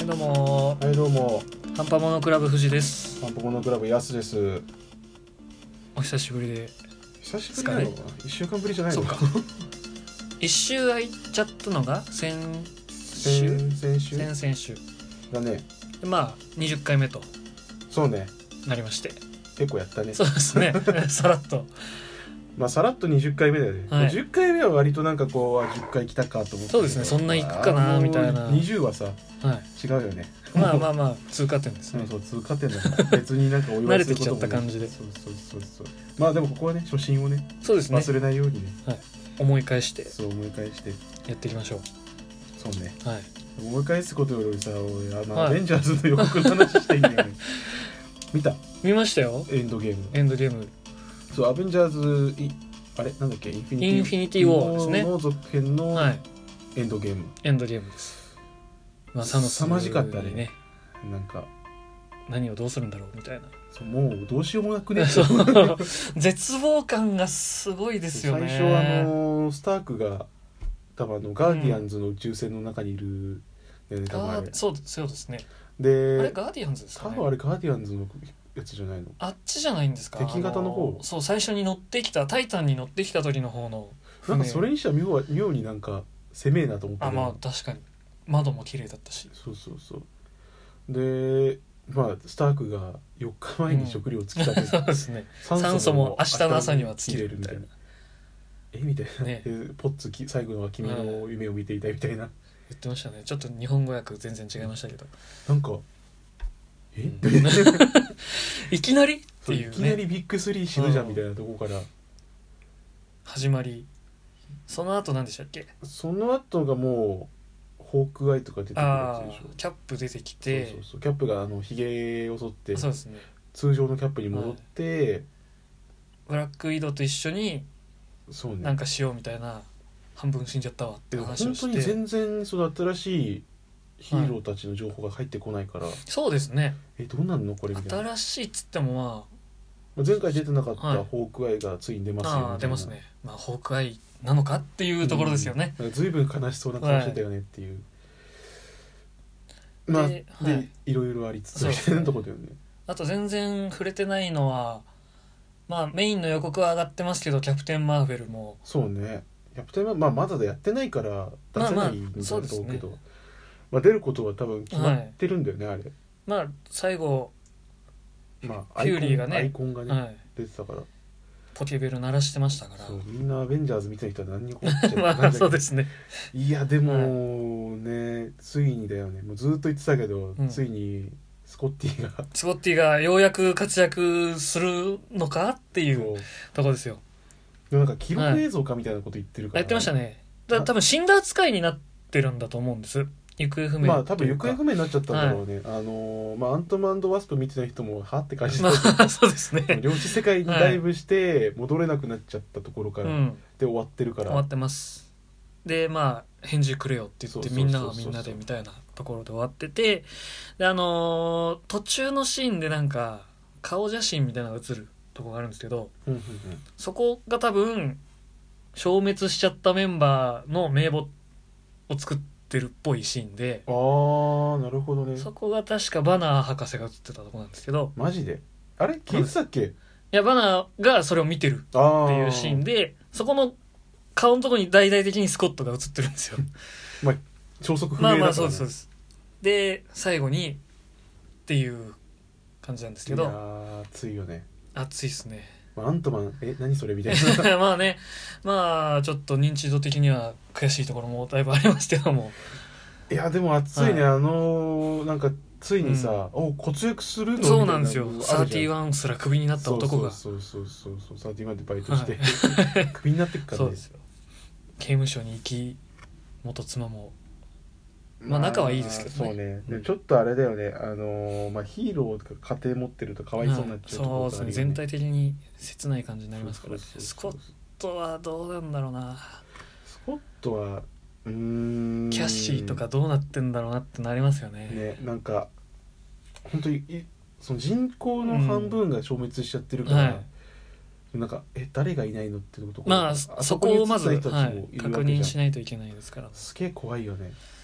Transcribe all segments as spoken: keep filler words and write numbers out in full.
はいどうもはいどうもハンパモノクラブ藤ですハンパモノクラブヤスです。 お久しぶりで久しぶりなのかな、いっしゅうかんぶりじゃないのか。 一周空いちゃったのが先週先週先々週だね。 でまあにじゅっかいめとそうね、 なりまして、 結構やったね。 そうですねさらっとまあさらっとにじゅっかいめだよね、 はい、 じゅっかいめは割となんかこうあじゅっかい来たかと思って、 そうですね、そんな行くかなみたいな。 にじゅうはさ、 はい、 違うよね。 まあまあまあ通過点ですね。 そうそう通過点だから別になんかお祝いすることも、ね、 慣れてきちゃった感じで。 そうそうそうそう。まあでもここはね初心をね、 そうですね、 忘れないようにね、 はい、思い返してそう思い返してやっていきましょう。 そうね、 はい、 思い返すことよりさ、俺あの、 はい、 アベンジャーズの予告の話していいんだよね見た？ 見ましたよ。 エンドゲーム。 エンドゲーム。 そうアベンジャーズいあれなんだっけインフィニティインフィニティウォーですねの続編のエンドゲーム、 はい、エンドゲームです。まあサノス凄まじかったね。 ね、 なんか何をどうするんだろうみたいな。 そうもうどうしようもなくね絶望感がすごいですよね。 最初あのスタークが多分あのガーディアンズの宇宙船の中にいる、うん、ね、多分あれそうそうですね。 であれガーディアンズですかね。 多分あれガーディアンズのやつじゃないの？ あっちじゃないんですか。 敵型の方。 そう最初に乗ってきたタイタンに乗ってきた時の方の船。 なんかそれにしては妙は妙になんか攻めえなと思って、 あまあ確かに窓も綺麗だったし。 そうそうそうでまあスタークがよっかまえに食料を尽きた、 うん、そうですね。酸素も明日の朝には尽きるみたいな。 えみたいな、 ね、 ポッツ最後は君の夢を見ていたいみたいな、 言ってましたね。ちょっと日本語訳全然違いましたけど、 なんかえ、うん、 いきなりっていう、ね、 いきなりビッグスリー死ぬじゃんみたいなとこから始まり、その後何でしたっけ？ その後がもうホークアイとか出てくるやつでしょ。 キャップ出てきて、 そうそうそうキャップがあのヒゲを剃ってそうですね、 通常のキャップに戻って、はい、 ブラックウィドウと一緒にそうね、 なんかしようみたいな、半分死んじゃったわって話をして、 本当に全然その新しいヒーローたちの情報が入ってこないから、はい、 そうですね。 えどうなんのこれみたいな。 新しいっつってもまあ前回出てなかったホークアイがついに出ますよ、 はい、あ出ますね。まあホークアイなのかっていうところですよね。 うん、ずいぶん悲しそうな顔してたよねっていう、はい、まあで、はい、いろいろありつつみたいなところだよね。 あと全然触れてないのは、まあメインの予告は上がってますけど、キャプテンマーベルも。 そうね、キャプテンマーベル、まあ、まだやってないから出せないんだと思うけど、まあまあね、まあ、出ることは多分決まってるんだよね、はい、あれ。 まあ最後、 まあ、 フューリーがねアイコンがね、はい、出てたからポケベル鳴らしてましたから。 そうみんなアベンジャーズ見てる人は何にこっちゃまあそうですね。 いやでもね、はい、ついにだよね、もうずっと言ってたけど、うん、ついにスコッティがスコッティがようやく活躍するのかっていうところですよ。 でもなんか記録映像かみたいなこと言ってるから、 はい、やってましたね。だ多分死んだ扱いになってるんだと思うんです。行方不明。 まあ多分行方不明になっちゃったんだろうね、はい、あのー、まあアントマン&ワスプ見てた人もはって感じだった、 まあ、そうですね。 量子世界にダイブして戻れなくなっちゃったところから、はい、で終わってるから、 終わってます。でまあ返事くれよって言って、みんなはみんなでみたいなところで終わってて、であのー、途中のシーンでなんか顔写真みたいなのが映るところがあるんですけど、 うんうんうん、 そこが多分消滅しちゃったメンバーの名簿を作ってるっぽいシーンで、 あーなるほどね。 そこが確かバナー博士が映ってたところなんですけど。 マジであれ消えてたっけ？いやバナーがそれを見てるっていうシーンで、そこの顔のところに大々的にスコットが映ってるんですよ。 まあ消息不明だから、ね、 まあまあそうですそうです。で最後にっていう感じなんですけど、 いや熱いよね。 熱いっすね。 アントマンえ何それみたいなまあね、まあちょっと認知度的には悔しいところもだいぶありますけども、 いやでも熱いね、はい、あのー、なんかついにさ、うん、お活躍するのみたいな。 そうなんですよ。サーティワンすらクビになった男が、 そうそうそうそうそう、サーティワンでバイトして、はい、クビになってくからね。 そうですよ。刑務所に行き、元妻もまあ仲はいいですけどね。 そうね、うん、ちょっとあれだよね、あのー、まあヒーローとか家庭持ってるとかわいそうになっちゃうところがあるよね、はい、そうですね、 全体的に切ない感じになりますからね。スコットはどうなんだろうな。 スコットはうーんキャッシーとかどうなってんだろうなってなりますよね。 ね、なんか本当にその人口の半分が消滅しちゃってるから、うん、はい、なんかえ誰がいないのってことまあそこをまず、はい、確認しないといけないですから、ね、 すげえ怖いよね。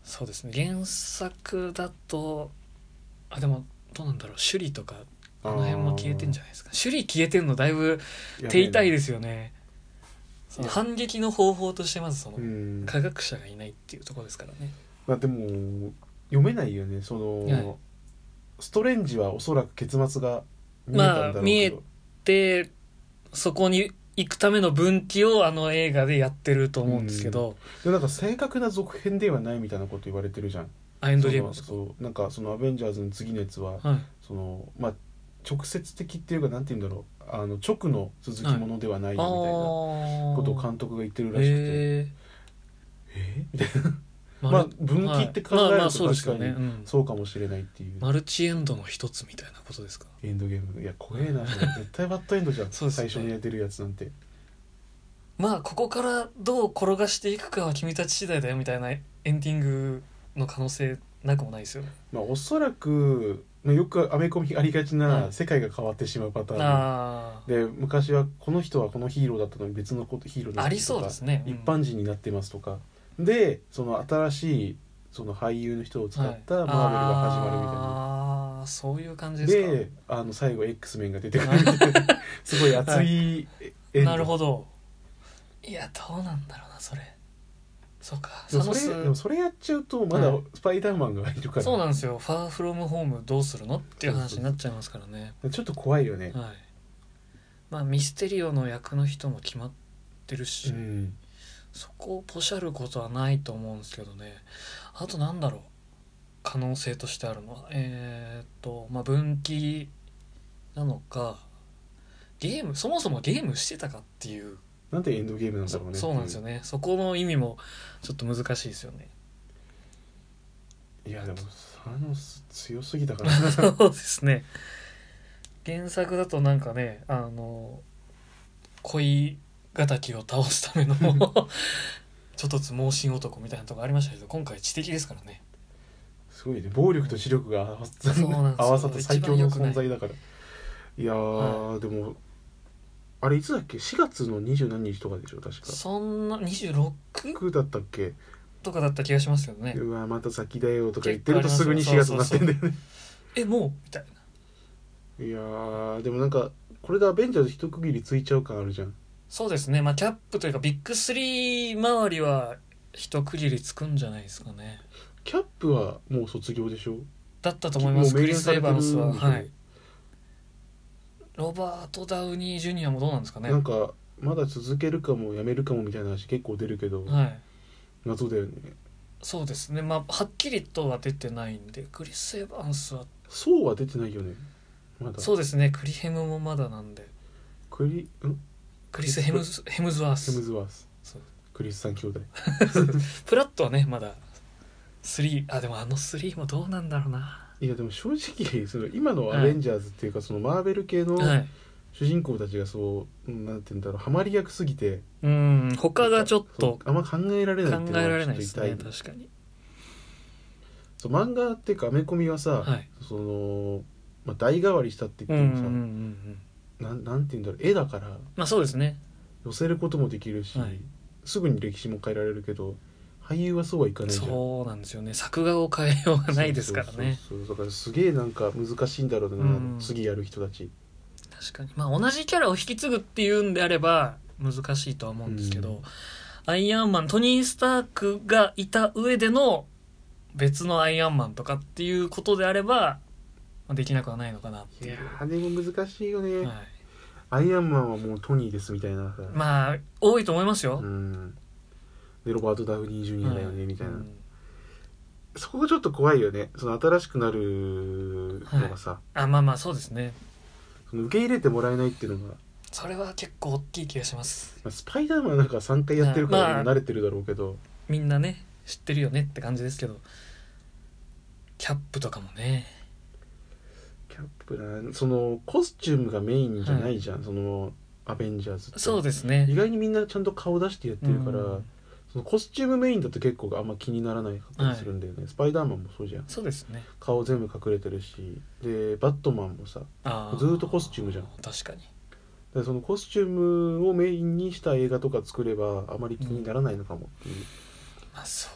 そうですね原作だとあでもどうなんだろう首里とかあの辺も消えてんじゃないですか。首里消えてんのだいぶ手痛いですよね。その反撃の方法としてまずその科学者がいないっていうところですからね。 まあでも読めないよねその、はい、ストレンジはおそらく結末が見えたんだろうけど、まあ、見えてそこに行くための分岐をあの映画でやってると思うんですけど、 でなんか正確な続編ではないみたいなこと言われてるじゃん。 あエンドゲームですか。 そうなんかそのアベンジャーズの次のやつは、はい、そのまあ直接的っていうかなんて言うんだろうあの直の続きものではないよみたいなことを監督が言ってるらしくて、はい、えー、みたいなまあ分岐って考えると確かにそうかもしれないっていう、 マルチエンドの一つみたいなことですか。 エンドゲームいや怖えな絶対バッドエンドじゃんそうです、ね、最初にやってるやつなんて。 まあここからどう転がしていくかは君たち次第だよみたいなエンディングの可能性なくもないですよね。 まあおそらくよくアメコミありがちな世界が変わってしまうパターン、はい、で昔はこの人はこのヒーローだったのに別のヒーローになってとかありそうですね、うん、一般人になってますとかでその新しいその俳優の人を使ったマーベルが始まるみたいな、はい、 ああそういう感じですか。 であの最後 X メンが出てくるみたいなすごい熱いエンド、なるほど。いやどうなんだろうなそれ。そうかでもそれでもそれやっちゃうとまだスパイダーマンがいるから、はい、 そうなんですよ。ファーフロムホームどうするのっていう話になっちゃいますからね。 ちょっと怖いよね。 はい。まあミステリオの役の人も決まってるし、うん、そこをポシャることはないと思うんですけどね。あとなんだろう可能性としてあるのはえー、っとまあ分岐なのかゲームそもそもゲームしてたかっていうなんでエンドゲームなんだろうね。 そ, そうなんですよね。そこの意味もちょっと難しいですよね。 いやでもサノス強すぎたからそうですね。原作だとなんかねあの恋敵を倒すためのちょっとつ盲信男みたいなとこありましたけど今回知的ですからね。 すごいね暴力と視力が合わさった最強の存在だから。いやー、はい、でもあれいつだっけしがつのにじゅうなんにちとかでしょ確か。 そんな にじゅうろく? だったっけとかだった気がしますけどね。 うわまた先だよとか言ってるとすぐにしがつになってんだよね。そうそうそうえもうみたいな。いやーでもなんかこれでアベンジャーズ一区切りついちゃう感あるじゃん。 そうですね。まあキャップというかビッグスリー周りは一区切りつくんじゃないですかね。 キャップはもう卒業でしょ。 だったと思います。クリス・エヴァンスははい。ロバート・ダウニー・ジュニアもどうなんですかね。 なんかまだ続けるかもやめるかもみたいな話結構出るけど、はい、謎だよね。 そうですね。まあはっきりとは出てないんでクリス・エヴァンスはそうは出てないよねまだ。 そうですね。クリヘムもまだなんでクリんクリスヘムズ・ヘムズワースヘムズワースそうクリスさん兄弟プラットはねまだスリーあでもあのスリーもどうなんだろうな。 いやでも正直その今のアベンジャーズっていうか、はい、そのマーベル系の主人公たちがそう、なんて言うんだろうハマり役すぎてうん他がちょっとあんま考えられないっていうのがちょっと痛い。考えられないですね確かに。 そう漫画っていうかアメコミはさ、はい、その、まあ、代替わりしたって言ってもさ、うんうんうんうん、なんなんて言うんだろう絵だからまあそうですね寄せることもできるし、はい、すぐに歴史も変えられるけど俳優はそうはいかないじゃん。 そうなんですよね。作画を変えようがないですからね。 そうそうそうそうだからすげえなんか難しいんだろうな、うん、次やる人たち。 確かにまあ同じキャラを引き継ぐっていうんであれば難しいとは思うんですけど、うん、アイアンマントニー・スタークがいた上での別のアイアンマンとかっていうことであればできなくはないのかなっていう。いやでも難しいよね、はい、アイアンマンはもうトニーですみたいな。 まあ多いと思いますよ、 うん、でロバート・ダウニー・ジュニアだよね、はい、みたいな、うん、そこがちょっと怖いよね。その新しくなるのがさ、はい、 あまあまあそうですね。 その受け入れてもらえないっていうのがそれは結構大きい気がします。 スパイダーマンなんかさんかいやってるから慣れてるだろうけど、まあ、 みんなね知ってるよねって感じですけどキャップとかもねキャップなそのコスチュームがメインじゃないじゃん、はい、そのアベンジャーズって。 そうですね。 意外にみんなちゃんと顔出してやってるから、うん、そのコスチュームメインだと結構あんま気にならないかったりするんだよね、はい、スパイダーマンもそうじゃん。 そうですね。 顔全部隠れてるしでバットマンもさずっとコスチュームじゃん。 確かに。 でそのコスチュームをメインにした映画とか作ればあまり気にならないのかもっていう、 うん、まあそう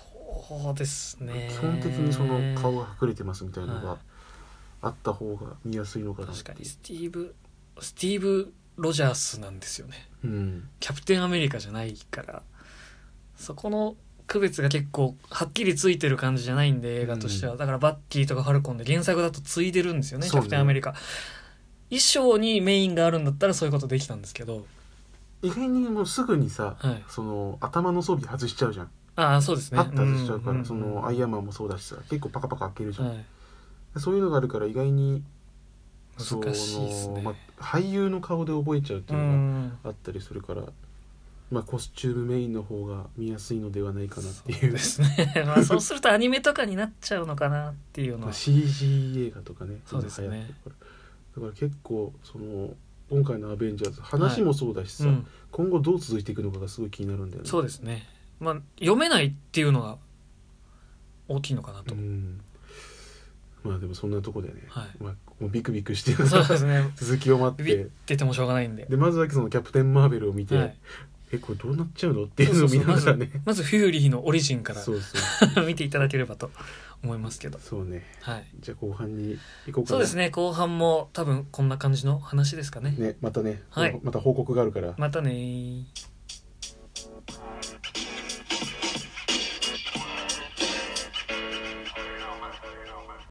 そうですね、 基本的にその顔が隠れてますみたいなのがあった方が見やすいのかなって。 確かにスティーブスティーブ・ロジャースなんですよね、 うん、 キャプテンアメリカじゃないから、そこの区別が結構はっきりついてる感じじゃないんで、映画としては、うん、だからバッキーとかファルコンで原作だとついでるんですよ ね, ねキャプテンアメリカ衣装にメインがあるんだったらそういうことできたんですけど、 意外にもうすぐにさ、はい、その頭の装備外しちゃうじゃん。 ああそうですね、 パッと外しちゃうから、うんうんうん、そのアイアンマンもそうだしさ、結構パカパカ開けるじゃん、はい、そういうのがあるから意外に難しいですね、 まあ、俳優の顔で覚えちゃうっていうのがあったりするから、まあ、コスチュームメインの方が見やすいのではないかなっていう。 そうですねまあそうするとアニメとかになっちゃうのかなっていうのはシージー 映画とかね、 そうですね、 だから結構その今回のアベンジャーズ話もそうだしさ、はいうん、今後どう続いていくのかがすごい気になるんだよね。 そうですね、まあ、読めないっていうのが大きいのかなと。 うんまあでもそんなとこでね、 はいまあ、もうビクビクしてそうですね続きを待ってビビっててもしょうがないんで、 でまずはそのキャプテンマーベルを見て、はい、えこれどうなっちゃうのっていうのを見ながらね、 そうそうそうまず、まずフューリーのオリジンからそうそう見ていただければと思いますけど。 そうね、 はい、 じゃあ後半に行こうかな。 そうですね、後半も多分こんな感じの話ですかね。 ねまたね、 はい、 また報告があるからまたね。